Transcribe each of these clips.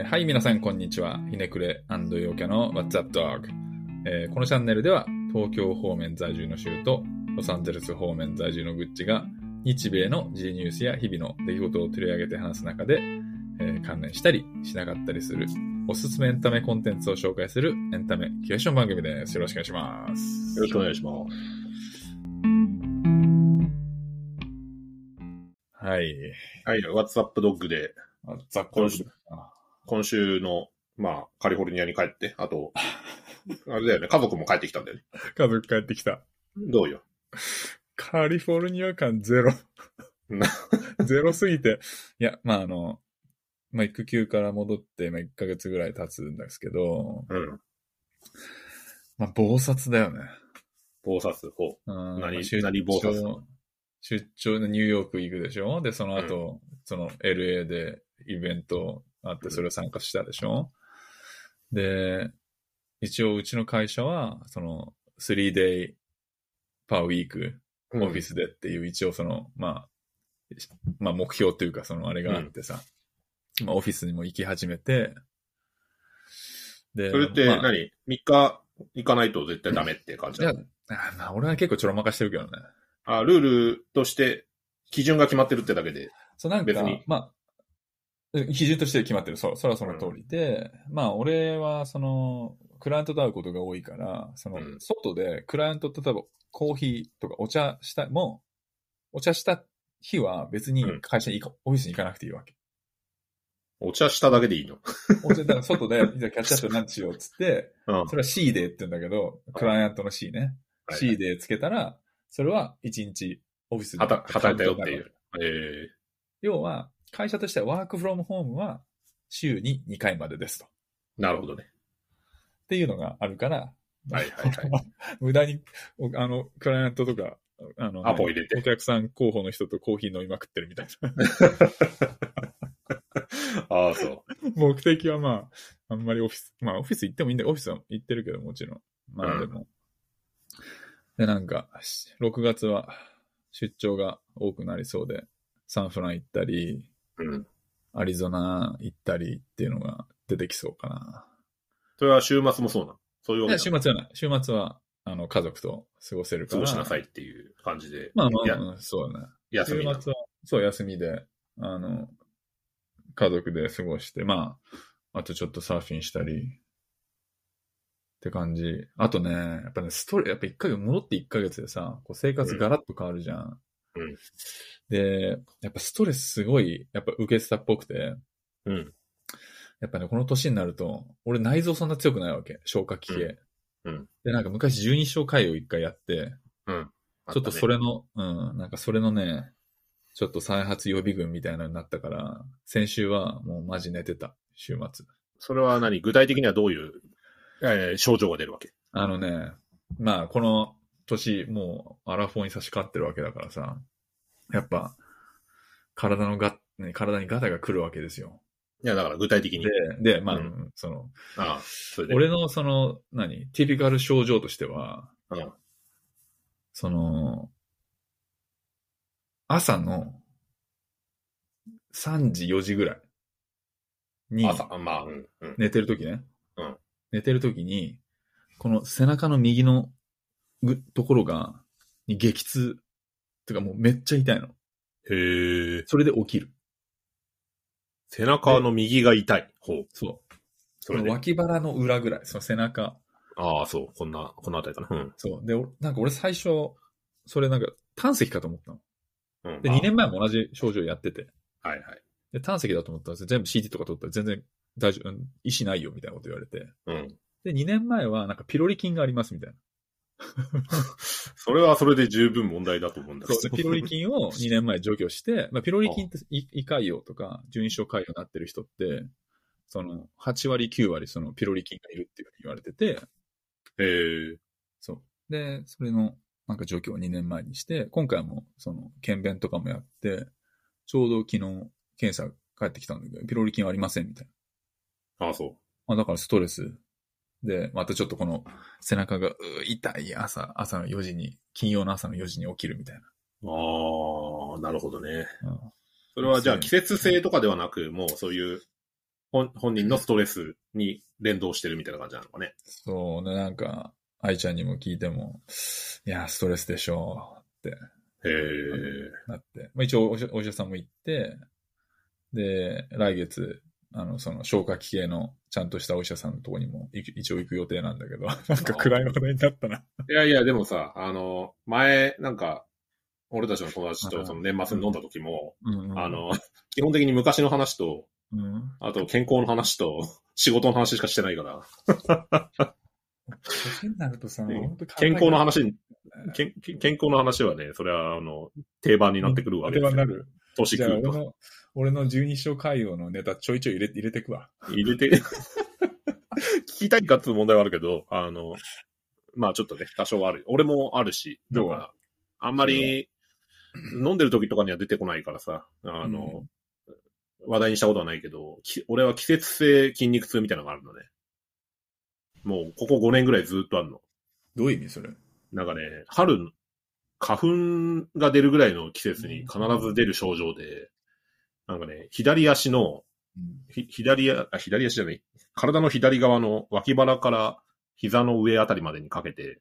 はい、皆さん、こんにちは。ひねくれ&陽キャの What's Up Dog。このチャンネルでは、東京方面在住のシュウと、ロサンゼルス方面在住のグッチが、日米の G ニュースや日々の出来事を取り上げて話す中で、関連したりしなかったりする、おすすめエンタメコンテンツを紹介するエンタメキュレーション番組です。よろしくお願いします。 よろしくお願いします。 はい。 はい、What's Up Dog で、今週の、カリフォルニアに帰って、あと、あれだよね、家族も帰ってきたんだよね。 家族帰ってきた。 どうよ。 カリフォルニア感ゼロ。ゼロすぎて。いや、育休から戻って、1ヶ月ぐらい経つんですけど、暴殺だよね。 暴殺、何暴殺？ 出張でニューヨーク行くでしょ？で、その後、LA でイベントあって、それを参加したでしょ？で、一応うちの会社は、3 day per week オフィスでっていう、一応目標というか、あれがあってさ、オフィスにも行き始めて、 で、それって何、3日行かないと絶対ダメって感じだ？ 俺は結構ちょろまかしてるけどね。 ルールとして基準が決まってるってだけで。 そう、なんか、別に基準として決まってる。それはその通りで、俺はクライアントと会うことが多いから、外でクライアントと例えばコーヒーとかお茶した日は別に会社にオフィスに行かなくていいわけ。 お茶しただけでいいの？ お茶、だから外で、キャッチアップランチしようっつって、それは C デーって言うんだけど、クライアントの C ね。C デーつけたら、それは1日オフィスで働いたよっていう。 要は、会社としてはワークフロムホームは週に2回までですと。 なるほどね。 っていうのがあるから、 はい。 無駄に、クライアントとか、 アポ入れて。 お客さん候補の人とコーヒー飲みまくってるみたいな。 ああ、そう。 目的はあんまりオフィス行ってもいいんだけど、オフィスは行ってるけどもちろん。でも。で、6月は出張が多くなりそうで、サンフラン行ったり、アリゾナ行ったりっていうのが出てきそうかな。 それは週末もそうなの？そういうわけ？ いや、週末はない。週末は、家族と過ごせるから。 過ごしなさいっていう感じで。 そうだね。 休み。 週末は、そう、休みで、家族で過ごして、あとちょっとサーフィンしたり、って感じ。あとね、やっぱね、やっぱ戻って1ヶ月でさ、生活ガラッと変わるじゃん。で、やっぱストレスすごい、やっぱ受けてたっぽくて、やっぱね、この年になると、俺内臓そんな強くないわけ。消化器系。で、昔十二指腸潰瘍1回やって、ちょっとそれの、それのね、ちょっと再発予備軍みたいなのになったから、先週はもうマジ寝てた、週末。 それは具体的にはどういう、症状が出るわけ？ この年、もうアラフォーに差し掛かってるわけだからさ、やっぱ、体にガタが来るわけですよ。 いや、だから具体的に。 で、俺のティピカル症状としては、朝の3時、4時ぐらいに、寝てるときね。寝てるときに、この背中の右のところに激痛、てかもうめっちゃ痛いの。 へえ。 それで起きる。 背中の右が痛い。 そう。それ脇腹の裏ぐらい、背中。 ああ、そう。このあたりかな。 そう。で、俺最初、それ胆石かと思ったの。で、2年前も同じ症状やってて。で、胆石だと思ったら全部 CT とか取ったら全然大丈夫、意思ないよみたいなこと言われて。で、2年前はピロリ菌がありますみたいな。 それはそれで十分問題だと思うんだけど。 そう、ピロリ菌を2年前除去して、ピロリ菌って胃潰瘍とか十二指腸潰瘍になってる人って、8割9割ピロリ菌がいるっていうふうに言われてて、そう。で、それの除去を2年前にして、今回も検便とかもやって、ちょうど昨日検査帰ってきたんだけど、ピロリ菌はありませんみたいな。ああ、そう。 だからストレスで、またちょっとこの背中が痛い朝の4時に、金曜の朝の4時に起きるみたいな。 ああ、なるほどね。それはじゃあ季節性とかではなく、もうそういう、 本人のストレスに連動してるみたいな感じなのかね。 そうね、なんか、愛ちゃんにも聞いても、いや、ストレスでしょうって。なって。まあ、一応お医者さんも行って、で、来月、その消化器系のちゃんとしたお医者さんのところにも一応行く予定なんだけど、なんか暗い話題になったな。 いやいや、でもさ、前、なんか、俺たちの友達とその年末に飲んだ時も、基本的に昔の話と、あと健康の話と仕事の話しかしてないから。 年になるとさ、 健康の話はね、それは定番になってくるわけですよ。 定番になる。 年食うと。 俺の12章海洋のネタちょいちょい入れてくわ。 入れて、聞きたいかっていう問題はあるけど、まあちょっとね、多少ある。俺もあるし、だからあんまり飲んでる時とかには出てこないからさ、話題にしたことはないけど、俺は季節性筋肉痛みたいなのがあるのね。もうここ5年ぐらいずっとあるの。 どういう意味それ？ なんかね、花粉が出るぐらいの季節に必ず出る症状で、なんかね、左足の、左足じゃない、体の左側の脇腹から膝の上あたりまでにかけて、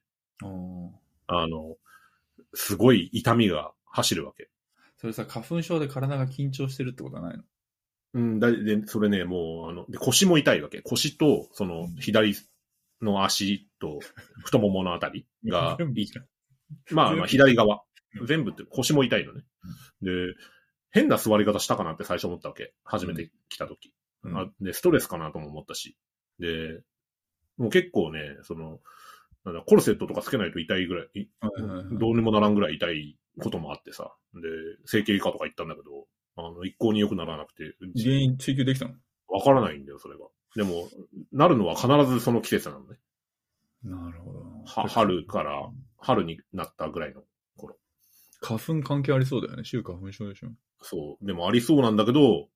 すごい痛みが走るわけ。 それさ、花粉症で体が緊張してるってことはないの？ で、それね、もう、で、腰も痛いわけ。腰と、その、左の足と、太もものあたりが、まあ、左側。全部って腰も痛いのね。で、変な座り方したかなって最初思ったわけ。初めて来た時。で、ストレスかなとも思ったし。で、もう結構ね、コルセットとかつけないと痛いぐらい、どうにもならんぐらい痛いこともあってさ。で、整形外科とか行ったんだけど、一向に良くならなくて。 原因追求できたの？ わからないんだよ、それが。でも、なるのは必ずその季節なのね。 なるほど。 春になったぐらいの頃。 花粉関係ありそうだよね。秋花粉症でしょ。 そう。でもありそうなんだけど、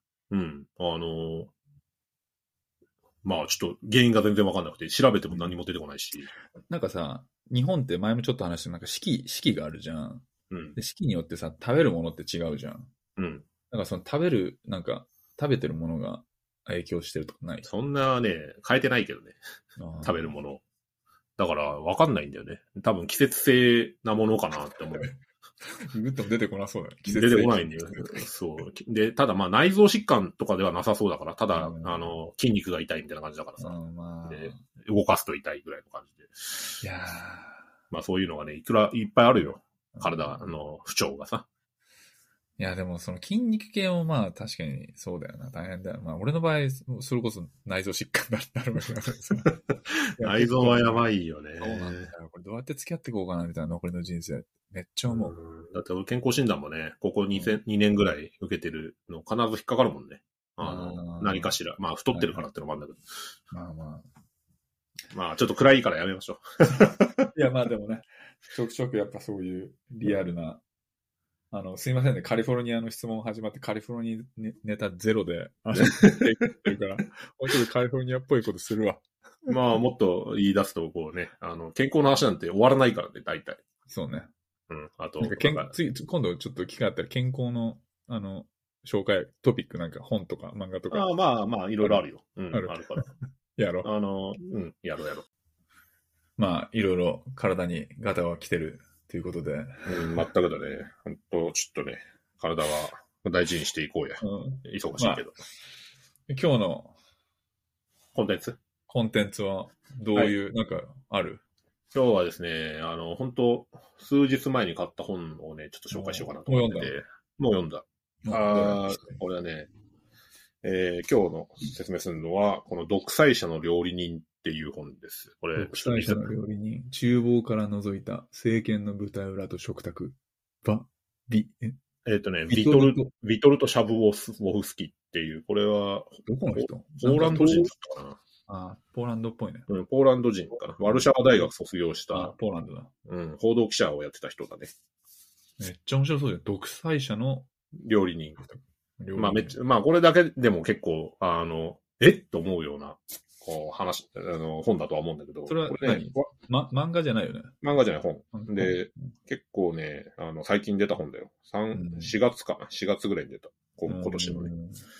まあちょっと原因が全然わかんなくて、調べても何も出てこないし。 なんかさ、日本って前もちょっと話したなんか四季があるじゃん。で、四季によってさ、食べるものって違うじゃん。なんかその食べてるものが影響してるとかない？ そんなね、変えてないけどね。食べるもの。だからわかんないんだよね。多分季節性なものかなって思う。 グッとも出てこなそうだね。 出てこないんだよ。そう。で、ただまあ内臓疾患とかではなさそうだから、ただ、筋肉が痛いみたいな感じだからさ。で、動かすと痛いぐらいの感じで。 いやー。 まあそういうのがね、いっぱいあるよ。体の不調がさ。 いや、でもその筋肉系もまあ確かにそうだよな。大変だよ。まあ俺の場合、それこそ内臓疾患になるわけだからさ。 内臓はやばいよね。 そうなんだよ。これどうやって付き合っていこうかなみたいな残りの人生。めっちゃ思う。 だって俺健康診断もね、ここ2年ぐらい受けてるの必ず引っかかるもんね。何かしら。まあ太ってるからってのもあるんだけど。まあちょっと暗いからやめましょう。いやまあでもね、ちょくちょくやっぱそういうリアルな、すいませんね、カリフォルニアの質問始まってカリフォルニアネタゼロで、言ってるから、もうちょっとカリフォルニアっぽいことするわ。 まあもっと言い出すとこうね、健康の話なんて終わらないからね、大体。 そうね。 あと、 今度ちょっと機会あったら健康の、紹介、トピックなんか本とか漫画とか。 まあ、いろいろあるよ。あるから。 やろう。やろう。 まあ、いろいろ体にガタは来てるということで。 全くだね。本当ちょっとね、体は大事にしていこうや。忙しいけど。 今日のコンテンツはどういう、なんかある？ 今日はですね、本当数日前に買った本をね、ちょっと紹介しようかなと思ってて。もう読んだ。これはね、今日の説明するのは、この独裁者の料理人っていう本です。これ、 独裁者の料理人、厨房から覗いた政権の舞台裏と食卓。ビトルト・シャブウォフスキっていう、これは、 どこの人？ ポーランド人だったかな。 ポーランドっぽいね。 ポーランド人かな。ワルシャワ大学卒業した。 ポーランドだ。 報道記者をやってた人だね。 めっちゃ面白そうじゃん。独裁者の料理人。まあこれだけでも結構、と思うような、本だとは思うんだけど。 それは何？漫画じゃないよね。 漫画じゃない本。で、結構ね、最近出た本だよ。4月かな。4月ぐらいに出た。今年のね。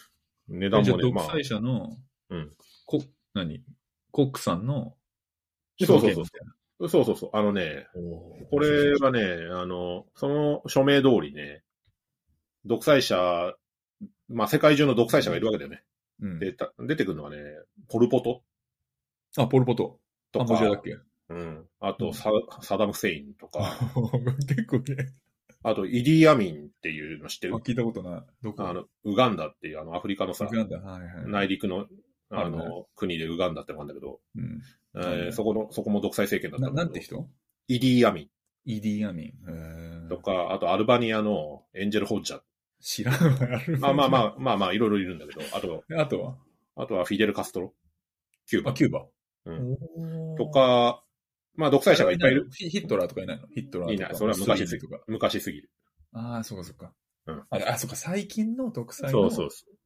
値段もね、 じゃあ独裁者の、 うん。 コックさんの、 そうそうそう。そうそうそう。これははね、その署名通りね、独裁者、まあ世界中の独裁者がいるわけだよね。 うん。 で、出てくるのはね、ポルポトあ、ポルポト。カンボジアだっとか、 け？ うん。あと、 うん。 サダム・フセインとか、 結構ね。 あと、イディ・アミンっていうの知ってあ、 る？ 聞いたことない。どこ？ ウガンダっていうアフリカのさ、 ウガンダ。はいはいはい。 内陸の、 あるね。 国でウガンダってのがあるんだけど、 うん。あるね。 そこも独裁政権だったんだけど、 なんて人？ イディ・アミンイディアミン。 とか、あとアルバニアのエンジェル・ホッジャー。 知らんわ、あるまあまあまあまあまあ、いろいろいるんだけど、 あとはあとはフィデル・カストロ、キューバ。 キューバ。 うん。とおー。 か、まあ、独裁者がいっぱいいる。 ヒットラーとかいないの？ヒットラーいない。 とか、 それは昔すぎる。 ああ、そうかそうか。 うん。 そうか、最近の独裁の。 そうそうそう。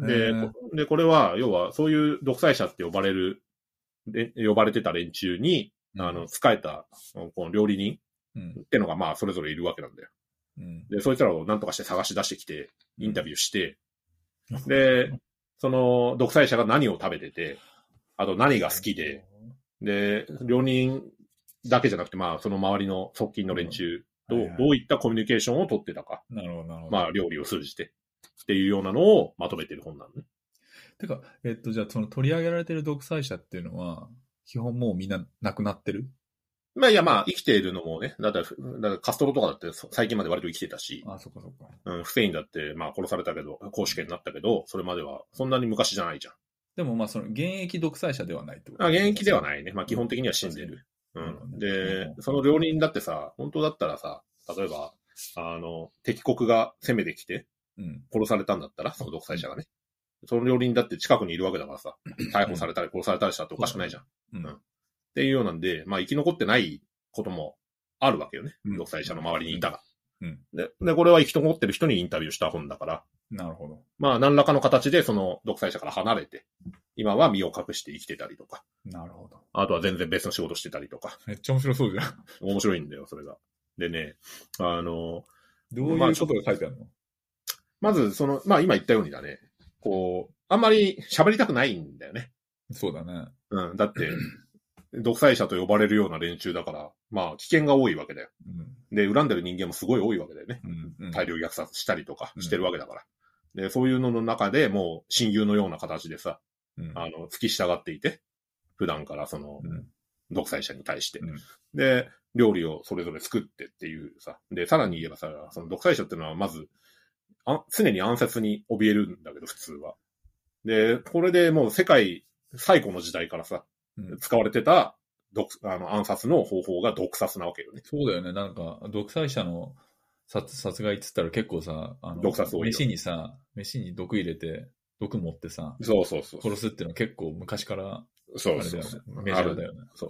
これは、要は、そういう独裁者って呼ばれてた連中に、仕えた、この料理人ってのが、まあ、それぞれいるわけなんだよ。 うん、 で、そいつらを何とかして探し出してきて、インタビューして、で、その独裁者が何を食べてて、あと何が好きで、で、料理人だけじゃなくて、まあ、その周りの側近の連中と、どういったコミュニケーションを取ってたか。 なるほど、なるほど。 まあ、料理を通じて。っていうようなのをまとめてる本なのね。 てか、じゃあ、その取り上げられてる独裁者っていうのは、基本もうみんな亡くなってる？ まあ、いや、まあ、生きているのもね、だからカストロとかだって最近まで割と生きてたし、 そっかそっか。 うん、フセインだって、まあ、殺されたけど、公主権になったけど、それまではそんなに昔じゃないじゃん。 でも、まあ、その、現役独裁者ではないってこと？ 現役ではないね。まあ、基本的には死んでる。うん。で、その料理人だってさ、本当だったらさ、例えば、敵国が攻めてきて、殺されたんだったら、その独裁者がね。その料理人だって近くにいるわけだからさ、逮捕されたり殺されたりしたっておかしくないじゃん。うん。っていうようなんで、まあ生き残ってないこともあるわけよね。独裁者の周りにいたが。で、これは生き残ってる人にインタビューした本だから。 なるほど。 まあ何らかの形でその独裁者から離れて、今は身を隠して生きてたりとか。 なるほど。 あとは全然別の仕事してたりとか。 めっちゃ面白そうじゃん。 面白いんだよ、それが。でね、 どういうことが書いてあるの？ まず、まあ今言ったようにだね、こう、あんまり喋りたくないんだよね。 そうだね。 うん。だって、独裁者と呼ばれるような連中だから、まあ危険が多いわけだよ。で、恨んでる人間もすごい多いわけだよね。大量虐殺したりとかしてるわけだから。で、そういうのの中でもう親友のような形でさ、付き従っていて、普段から独裁者に対して。で、料理をそれぞれ作ってっていうさ。で、さらに言えばさ、その独裁者っていうのはまず、常に暗殺に怯えるんだけど、普通は。で、これでもう世界最古の時代からさ、使われてた暗殺の方法が毒殺なわけよね。 そうだよね。なんか、独裁者の殺害っつったら結構さ、 毒殺多いよ。 飯に毒入れて、毒持ってさ、 そう。 殺すっていうのは結構昔から、 そう。 メジャーだよね。 そう。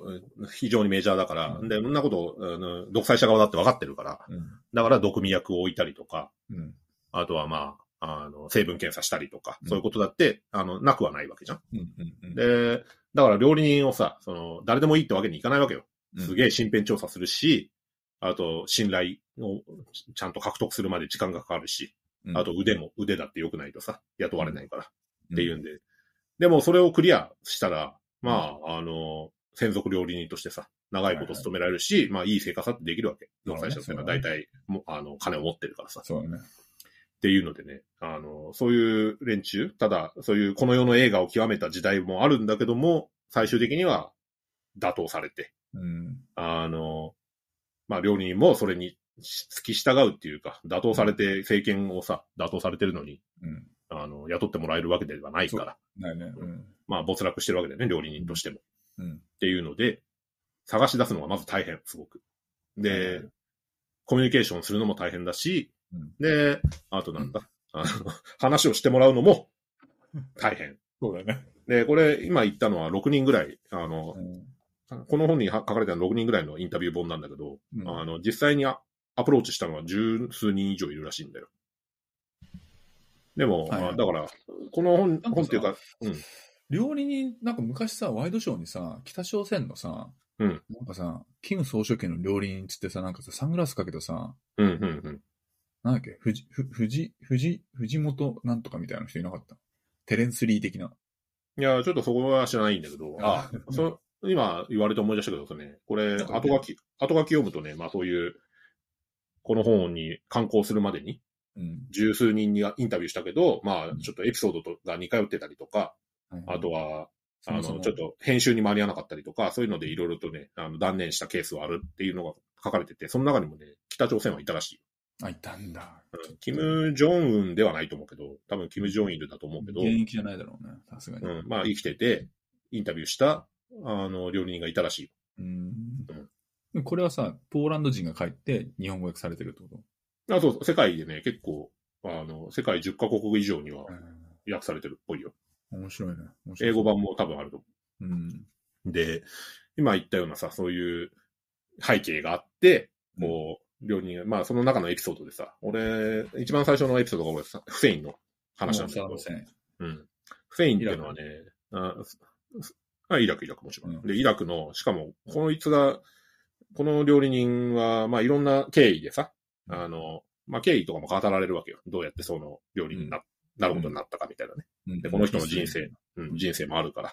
非常にメジャーだから、で、そんなこと、独裁者側だって分かってるから、だから毒味薬を置いたりとか、あとはまあ、成分検査したりとか、そういうことだって、なくはないわけじゃん。で、だから料理人をさ、誰でもいいってわけにいかないわけよ。すげえ身辺調査するし、あと、信頼をちゃんと獲得するまで時間がかかるし、あと腕だって良くないとさ、雇われないから。っていうんで。でもそれをクリアしたら、まあ、専属料理人としてさ、長いこと勤められるし、まあ、いい生活だってできるわけ。独裁者っていうのは大体、金を持ってるからさ。 そうだね。 っていうのでね、そういう連中、ただ、そういうこの世の映画を極めた時代もあるんだけども、最終的には打倒されて、まあ、料理人もそれに付き従うっていうか、打倒されて政権をさ、打倒されてるのに、雇ってもらえるわけではないから。 ないね。 まあ、没落してるわけだよね、料理人としても。っていうので、探し出すのがまず大変、すごく。で、コミュニケーションするのも大変だし、で、あとなんだ、話をしてもらうのも大変。 そうだね。 で、これ、今言ったのは6人ぐらい、この本に書かれた6人ぐらいのインタビュー本なんだけど、実際にアプローチしたのは十数人以上いるらしいんだよ。でも、だから、この本っていうか、 料理人、なんか昔さ、ワイドショーにさ、北朝鮮のさ、なんかさ、キム総書記の料理人つってさ、なんかさ、サングラスかけたさ、なんだっけ、藤本なんとかみたいな人いなかった？ テレンス・リー的な。 いや、ちょっとそこは知らないんだけど、今言われて思い出したけどね、これ、後書き読むとね、まあそういう、この本に刊行するまでに、十数人にインタビューしたけど、まあちょっとエピソードが似通ってたりとか、あとは、ちょっと編集に間に合わなかったりとか、そういうのでいろいろとね、断念したケースはあるっていうのが書かれてて、その中にもね、北朝鮮はいたらしい。 あ、いたんだ。 キム・ジョンウンではないと思うけど、多分キム・ジョンイルだと思うけど。 現役じゃないだろうね、さすがに。 まあ生きてて、インタビューした、料理人がいたらしい。これはさ、ポーランド人が帰って日本語訳されてるってこと？そう、世界でね、結構、世界10カ国以上には訳されてるっぽいよ。 面白いね。 英語版も多分あると思う。で、今言ったようなさ、そういう背景があって、こう、料理人が、まあその中のエピソードでさ、俺、一番最初のエピソードが俺さ、フセインの話なんだけど。フセインっていうのはね、イラクもちろん。で、イラクの、しかも、この料理人は、まあいろんな経緯でさ、まあ経緯とかも語られるわけよ。どうやってその料理人になることになったかみたいなね。で、この人の人生もあるから。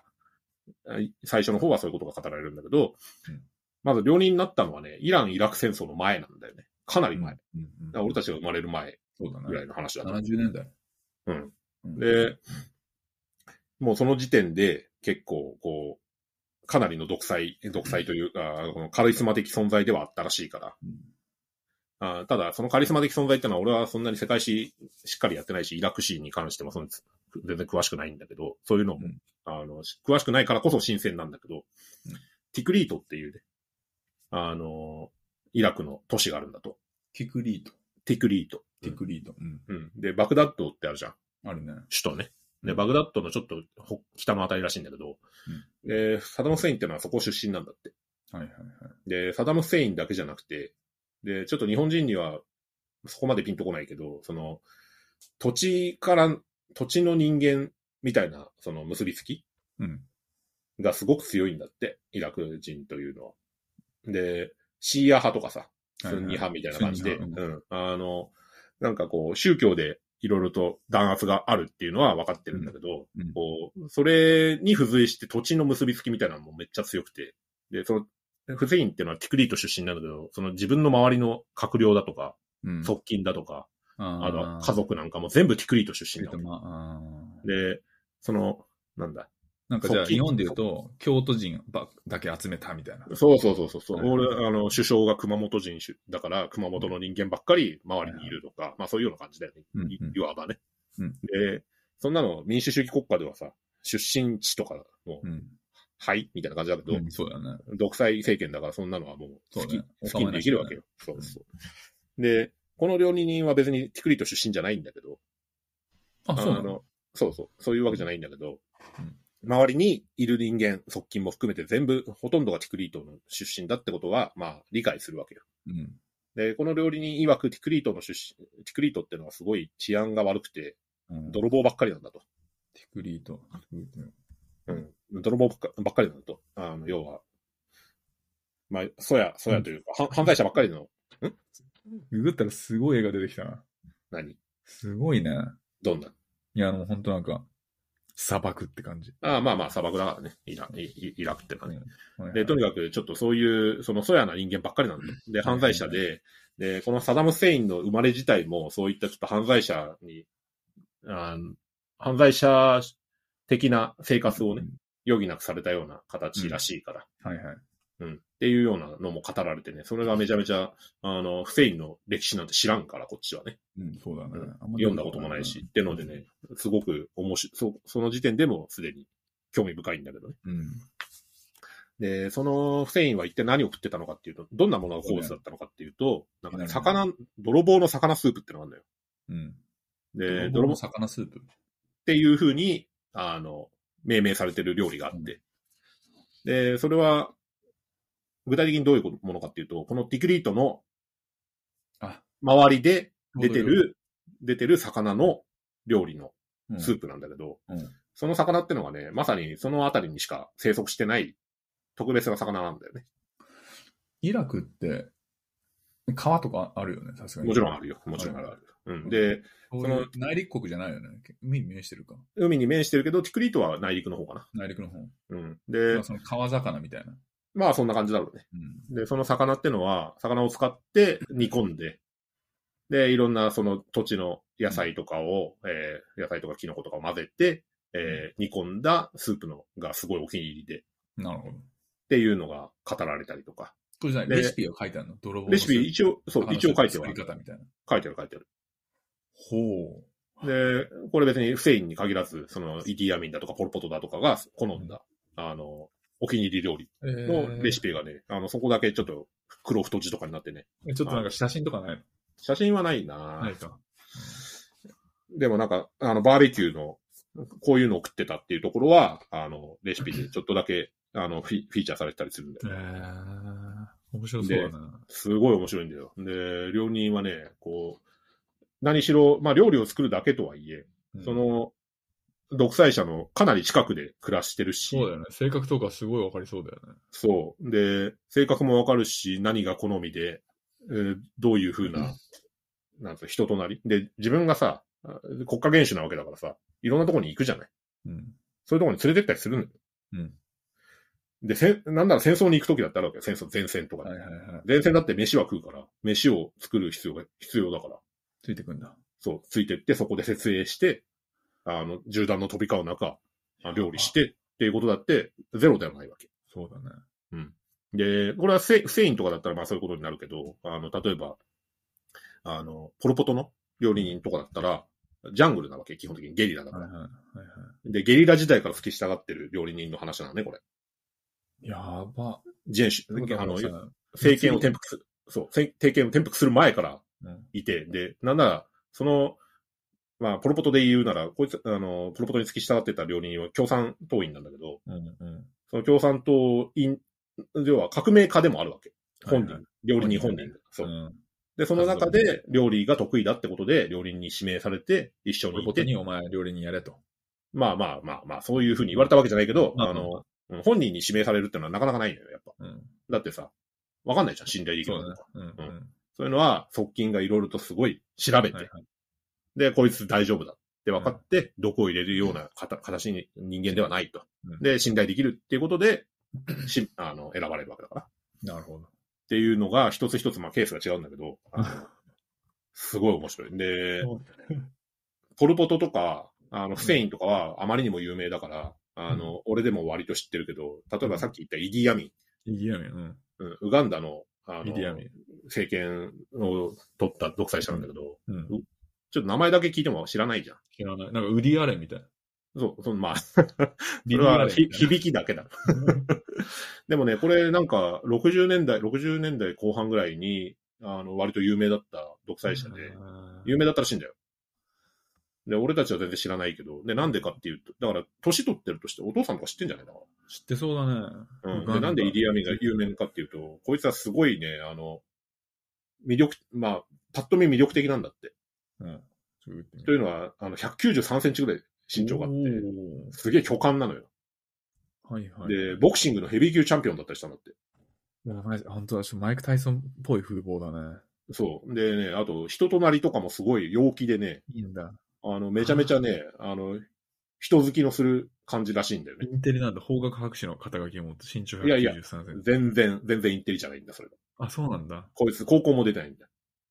最初の方はそういうことが語られるんだけど、まず料理人になったのはね、イラク戦争の前なんだよね。かなり前。俺たちが生まれる前ぐらいの話だと。 70年代。 で、もうその時点で結構、こう、かなりの独裁というか、このカリスマ的存在ではあったらしいから。ただ、そのカリスマ的存在ってのは俺はそんなに世界史しっかりやってないし、イラク史に関しても全然詳しくないんだけど、そういうのも、詳しくないからこそ新鮮なんだけど、ティクリートっていうね、イラクの都市があるんだと。 ティクリート。 で、バグダッドってあるじゃん。 あるね。 首都ね。で、バグダッドのちょっと北のあたりらしいんだけど、サダム・フセインってのはそこ出身なんだって。で、サダム・フセインだけじゃなくて、で、ちょっと日本人にはそこまでピンとこないけど、その、土地の人間みたいな、その結びつきがすごく強いんだって、イラク人というのは。で、シーア派とかさ、スンニ派みたいな感じで、なんかこう、宗教でいろいろと弾圧があるっていうのは分かってるんだけど、こう、それに付随して土地の結びつきみたいなのもめっちゃ強くて、で、その、フセインっていうのはティクリート出身なんだけど、その自分の周りの閣僚だとか、側近だとか、あと家族なんかも全部ティクリート出身なの。で、その、なんだ。 なんかじゃあ日本で言うと、京都人だけ集めたみたいな。 そう。俺、首相が熊本人だから、熊本の人間ばっかり周りにいるとか、まあそういうような感じだよね。いわばね。で、そんなの民主主義国家ではさ、出身地とかも、はいみたいな感じだけど、 そうだね。 独裁政権だからそんなのはもう好きにできるわけよ。で、この料理人は別にティクリート出身じゃないんだけど、そういうわけじゃないんだけど、周りにいる人間、側近も含めて全部、ほとんどがティクリートの出身だってことは、まあ、理解するわけよ。で、この料理人曰くティクリートってのはすごい治安が悪くて、泥棒ばっかりなんだと。 ティクリート。 泥棒ばっかりなんだと。要は、まあ、そやというか、犯罪者ばっかりの。 ググったらすごい絵が出てきたな。 何？ すごいね。 どんな？ いや、ほんとなんか、砂漠って感じ。 まあ、砂漠だからね。イラクってのはね。で、とにかく、ちょっとそういう、その、そやな人間ばっかりなんだ。で、犯罪者で、で、このサダム・フセインの生まれ自体も、そういったちょっと犯罪者的な生活をね、余儀なくされたような形らしいから。っていうようなのも語られてね、それがめちゃめちゃ、フセインの歴史なんて知らんから、こっちはね。 そうだね。 読んだこともないし。ってのでね、すごく面白い、その時点でもすでに興味深いんだけどね。で、そのフセインは一体何を食ってたのかっていうと、どんなものが好物だったのかっていうと、なんかね、泥棒の魚スープってのがあるんだよ。で、 泥棒の魚スープっていう風に、命名されてる料理があって。で、それは、具体的にどういうものかっていうと、このティクリートの周りで出てる魚の料理のスープなんだけど、その魚ってのがね、まさにそのあたりにしか生息してない特別な魚なんだよね。 イラクって川とかあるよね、さすがに。 もちろんあるよ。もちろんある。で、 その内陸国じゃないよね。海に面してるか。 海に面してるけど、ティクリートは内陸の方かな。 内陸の方。 うん。で、 まあその川魚みたいな。 まあそんな感じだろうね。 うん。 で、その魚ってのは、魚を使って煮込んで、で、いろんなその土地の野菜とかを、野菜とかキノコとかを混ぜて、煮込んだスープのがすごいお気に入りで。 なるほど。 っていうのが語られたりとか。 これじゃレシピが書いてあるの？泥棒のレシピ一応、そう、一応書いてある。 作り方みたいな。 書いてある。 ほう。 で、これ別にフセインに限らず、その、イディアミンだとかポルポトだとかが好んだ、お気に入り料理のレシピがね、そこだけちょっと黒太字とかになってね。 ちょっとなんか写真とかないの？ 写真はないなないか。 でもなんか、バーベキューの、こういうのを食ってたっていうところは、レシピでちょっとだけ、フィーチャーされてたりするんだよ。 面白そうだな。 すごい面白いんだよ。で、料理人はね、こう、何しろ、まあ料理を作るだけとはいえ、その、独裁者のかなり近くで暮らしてるし。 そうだよね。性格とかすごいわかりそうだよね。 そう。で、性格もわかるし、何が好みで、どういう風な、なんて人となり。で、自分がさ、国家元首なわけだからさ、いろんなとこに行くじゃない。 うん。 そういうとこに連れてったりするのよ。 うん。 で、なんなら戦争に行くときだってあるわけよ。戦争、前線とかで。 はいはいはい。 前線だって飯は食うから、飯を作る必要だから。 ついてくんだ。 そう、ついてって、そこで設営して、銃弾の飛び交う中、料理して、っていうことだって、ゼロではないわけ。 そうだね。 うん。で、これはフセインとかだったらまあそういうことになるけど、例えば、ポルポトの料理人とかだったら、ジャングルなわけ、基本的にゲリラだから。はいはいはいはい、で、ゲリラ時代から付き従ってる料理人の話なのね、これ。 やば。 政権を転覆する。そう、政権を転覆する前からいて、で、なんなら、その、まあ、ポルポトで言うなら、こいつ、ポルポトに付き従ってた料理人は共産党員なんだけど、その共産党員、要は革命家でもあるわけ。本人、料理人本人。そう。で、その中で料理が得意だってことで、料理人に指名されて、一緒にいて。ポルポトにお前料理人やれと。 まあ、そういうふうに言われたわけじゃないけど、本人に指名されるってのはなかなかないのよ、やっぱ。だってさ、わかんないじゃん、信頼できるのか。そういうのは、側近がいろいろとすごい調べて、で、こいつ大丈夫だって分かって、毒を入れるような形に人間ではないと。で、信頼できるっていうことで、選ばれるわけだから。 なるほど。 っていうのが、一つ一つ、まあ、ケースが違うんだけど、すごい面白い。で、ポルポトとか、フセインとかはあまりにも有名だから、俺でも割と知ってるけど、例えばさっき言ったイディアミン。ウガンダの、政権を取った独裁者なんだけど、ちょっと名前だけ聞いても知らないじゃん。 知らない。なんかウディアレンみたいな。 そう、まあ、それは響きだけだ。でもね、これなんか60年代後半ぐらいに、割と有名だった独裁者で、有名だったらしいんだよ。で、俺たちは全然知らないけど、で、なんでかっていうと、だから、年取ってるとして、お父さんとか知ってんじゃないかな。 知ってそうだね。 で、なんでイディアミンが有名かっていうと、こいつはすごいね、まあ、パッと見魅力的なんだって。というのは、193センチぐらい身長があって、すげえ巨漢なのよ。 はいはい。 で、ボクシングのヘビー級チャンピオンだったりしたんだって。 本当だ、マイク・タイソンっぽい風貌だね。 そう。でね、あと、人となりとかもすごい陽気でね。 いいんだ。 めちゃめちゃね、人好きのする感じらしいんだよね。 インテリなんだ。法学博士の肩書きを持って身長193センチ。いやいや、 全然インテリじゃないんだ、それが。 あ、そうなんだ。 こいつ、高校も出てないんだ。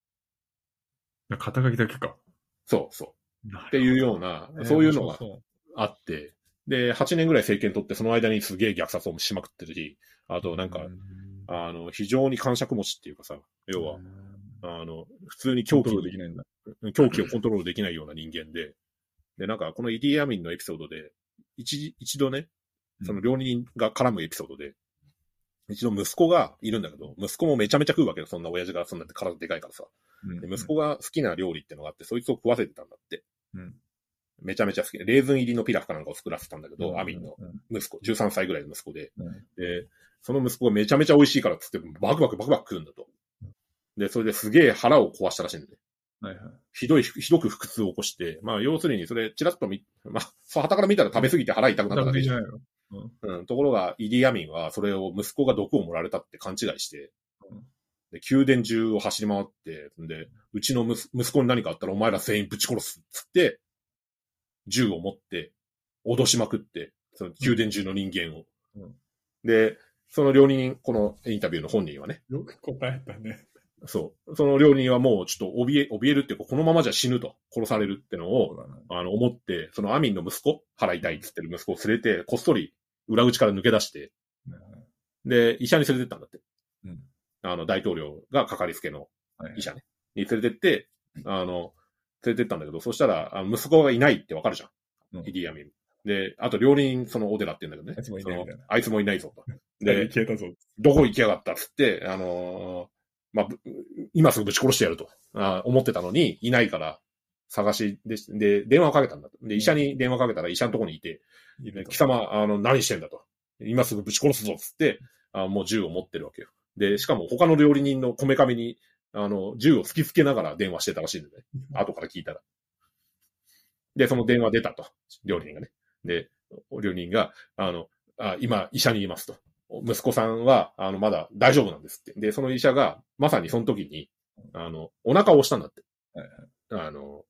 肩書きだけか。 そう。っていうような、そういうのがあって、で、8年ぐらい政権取って、その間にすげえ虐殺をしまくってるし、あとなんか、非常に感触持ちっていうかさ、要は、普通に狂気をコントロールできないような人間で、で、なんか、このイディアミンのエピソードで、一度ね、その料理人が絡むエピソードで、一度息子がいるんだけど、息子もめちゃめちゃ食うわけよ。そんな親父がそんなって体でかいからさ。で息子が好きな料理ってのがあって、そいつを食わせてたんだって。めちゃめちゃ好きで、レーズン入りのピラフかなんかを作らせたんだけど、アミンの息子、13歳ぐらいの息子で。で、その息子がめちゃめちゃ美味しいからっつって、バクバク食うんだと。で、それですげえ腹を壊したらしいんだね。 はいはい。 ひどく腹痛を起こして、まあ、要するにそれ、チラッとまあ、旗から見たら食べ過ぎて腹痛くなっただけじゃん。ところが、イディアミンは、それを息子が毒を盛られたって勘違いして、 で、宮殿中を走り回って、で、うちの息子に何かあったらお前ら全員ぶち殺すっつって、銃を持って、脅しまくって、その宮殿中の人間を。 うん、 で、その料理人、このインタビューの本人はね。 よく答えたね。 そう。その料理人はもうちょっと怯えるっていうか、このままじゃ死ぬと、殺されるってのを、思って、そのアミンの息子、払いたいって言ってる息子を連れて、こっそり裏口から抜け出して、で、医者に連れてったんだって。大統領がかかりつけの医者ね。に連れてって、連れてったんだけど、そしたら、息子がいないってわかるじゃん。イディアミン。で、あと料理人、そのオデラって言うんだけどね。あいつもいないぞと。で、どこ行きやがったっつって、今すぐぶち殺してやると、思ってたのに、いないから探しで、電話をかけたんだと。で、医者に電話かけたら医者のとこにいて、貴様、何してんだと。今すぐぶち殺すぞっつって、もう銃を持ってるわけよ。で、しかも他の料理人のこめかみに、銃を突きつけながら電話してたらしいんだね。後から聞いたら。で、その電話出たと。料理人がね。で、料理人が、今、医者にいますと。息子さんは、まだ大丈夫なんですって。で、その医者が、まさにその時に、お腹を押したんだって。はいはい、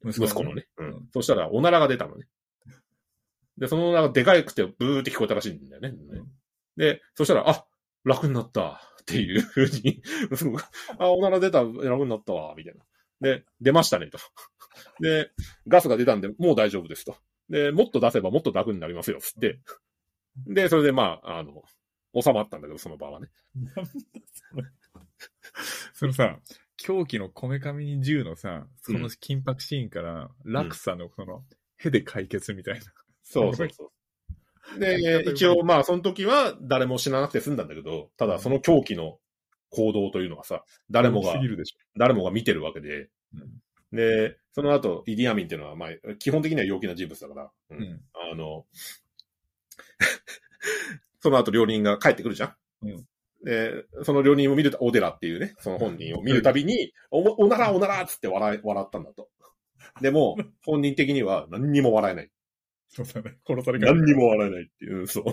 息子のね。うん。そしたら、おならが出たのね。で、そのおならがでかくて、ブーって聞こえたらしいんだよね。で、そしたら、楽になったっていう風に、息子が、おなら出た、楽になったわ、みたいな。で、出ましたね、と。で、ガスが出たんで、もう大丈夫ですと。で、もっと出せばもっと楽になりますよ、つって。で、それでまあ、収まったんだけど、その場はね。 そのさ、狂気のこめかみに銃のさ、その緊迫シーンから、落差のその、へで解決みたいな。 そうそうそう。で、一応まあ、その時は誰も死ななくて済んだんだけど、ただその狂気の行動というのはさ、誰もが見てるわけで、で、その後、イディアミンっていうのは、まあ、基本的には陽気な人物だから、その後料理人が帰ってくるじゃん。で、その料理人を見る、オデラっていうね、その本人を見るたびに、おならっつって笑ったんだと。でも、本人的には何にも笑えない。 そうだね。殺されか何にも笑えないっていう、そう。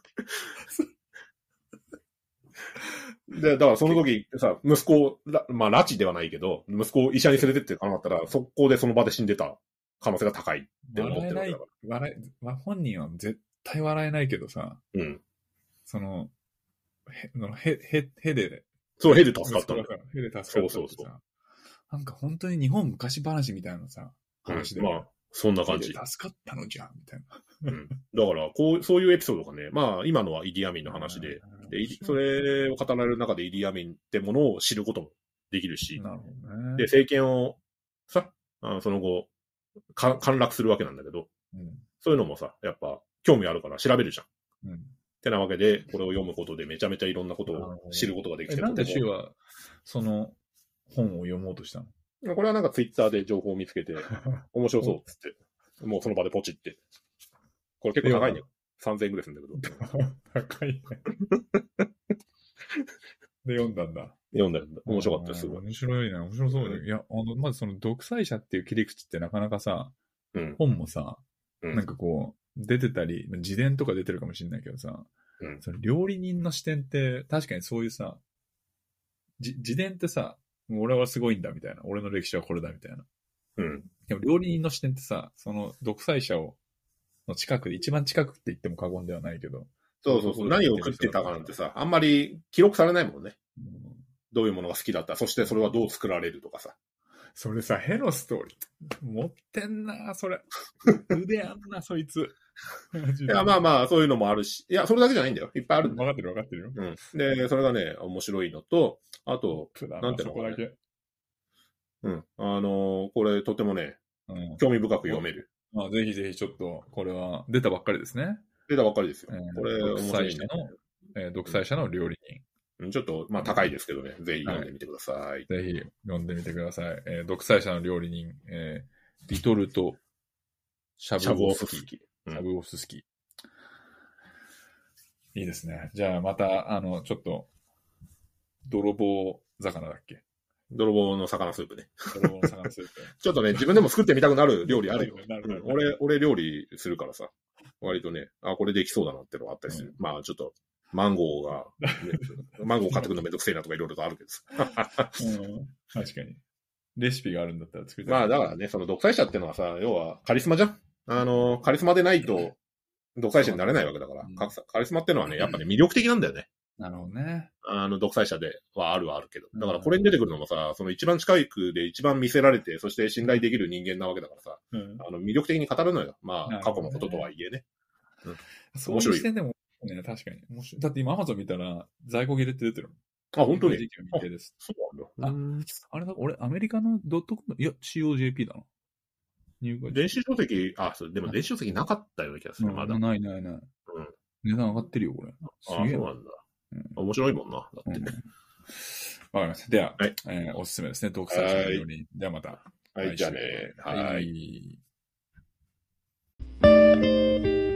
で、だからその時さ、息子を、まあ、拉致ではないけど、息子を医者に連れてってかなかったら、速攻でその場で死んでた可能性が高いって思ってるわけだから。 本人は絶対笑えないけどさ、その、へで、 そう、へで助かったんだよ。 へで助かったってさ、そう。なんか本当に日本昔話みたいなさ、話で、 まあ、そんな感じ。 助かったのじゃん、みたいな。 だから、そういうエピソードがね、まあ、今のはイディアミンの話で、それを語られる中でイディアミンってものを知ることもできるし、 なるほどね。 で、政権をさ、その後、陥落するわけなんだけど、そういうのもさ、やっぱ、興味あるから調べるじゃん。ってなわけで、これを読むことでめちゃめちゃいろんなことを知ることができて、 なんでシュは、その本を読もうとしたの？ これはなんかツイッターで情報を見つけて、面白そうっつって、もうその場でポチって。これ結構高いね。3000円ぐらいするんだけど。 高いね。で、読んだんだ。 読んだ。面白かったです。 面白いね。面白そうね。いや、まずその独裁者っていう切り口ってなかなかさ、本もさ、なんかこう、出てたり、自伝とか出てるかもしれないけどさ、その料理人の視点って、確かにそういうさ、自伝ってさ、俺はすごいんだみたいな。俺の歴史はこれだみたいな。でも料理人の視点ってさ、その独裁者の近くで、一番近くって言っても過言ではないけど。 そう。何を食ってたかなんてさ、あんまり記録されないもんね。どういうものが好きだった。そしてそれはどう作られるとかさ。 それさ、ヘのストーリー。持ってんなそれ。腕あんな、そいつ。 いや、まあ、そういうのもあるし。いや、それだけじゃないんだよ。いっぱいあるんだよ。 分かってるよ。 で、それがね、面白いのと、あと、なんていうのかな。これとてもね、興味深く読める。 ぜひぜひちょっと、これは出たばっかりですね。 出たばっかりですよ。これ、 独裁者の料理人。 ちょっと、まあ高いですけどね、ぜひ読んでみてください。 ぜひ読んでみてください。独裁者の料理人、ビトルト・シャブオフスキー。いいですね。じゃあまた、ちょっと、泥棒魚だっけ？ 泥棒の魚スープね。 泥棒の魚スープ。 ちょっとね、自分でも作ってみたくなる料理あるよ。俺料理するからさ、割とね、これできそうだなってのがあったりする。まあちょっと、 マンゴーが、マンゴー買ってくるのめんどくせえなとかいろいろとあるけどさ。 確かに。レシピがあるんだったら作りたい。 まあだからね、その独裁者ってのはさ、要はカリスマじゃん。カリスマでないと独裁者になれないわけだから、カリスマってのはね、やっぱね、魅力的なんだよね。 なるほどね。 独裁者ではあるけど。だからこれに出てくるのもさ、その一番近い区で一番見せられて、そして信頼できる人間なわけだからさ、魅力的に語るのよ。まあ、過去のこととはいえね。 そういう視点でもね、確かに。面白い。だって今 Amazon 見たら在庫切れって出てるもん。 あ、本当にそうなんだ。あれだ、俺、アメリカのドットコム、いや、COJP だな。 電子書籍、でも電子書籍なかったような気がする、まだ。 ない。値段上がってるよ、これ。 そうなんだ。面白いもんな、だって。 わかりました。では、おすすめですね、独裁者の料理。ではまた。 はい、じゃあね。はい。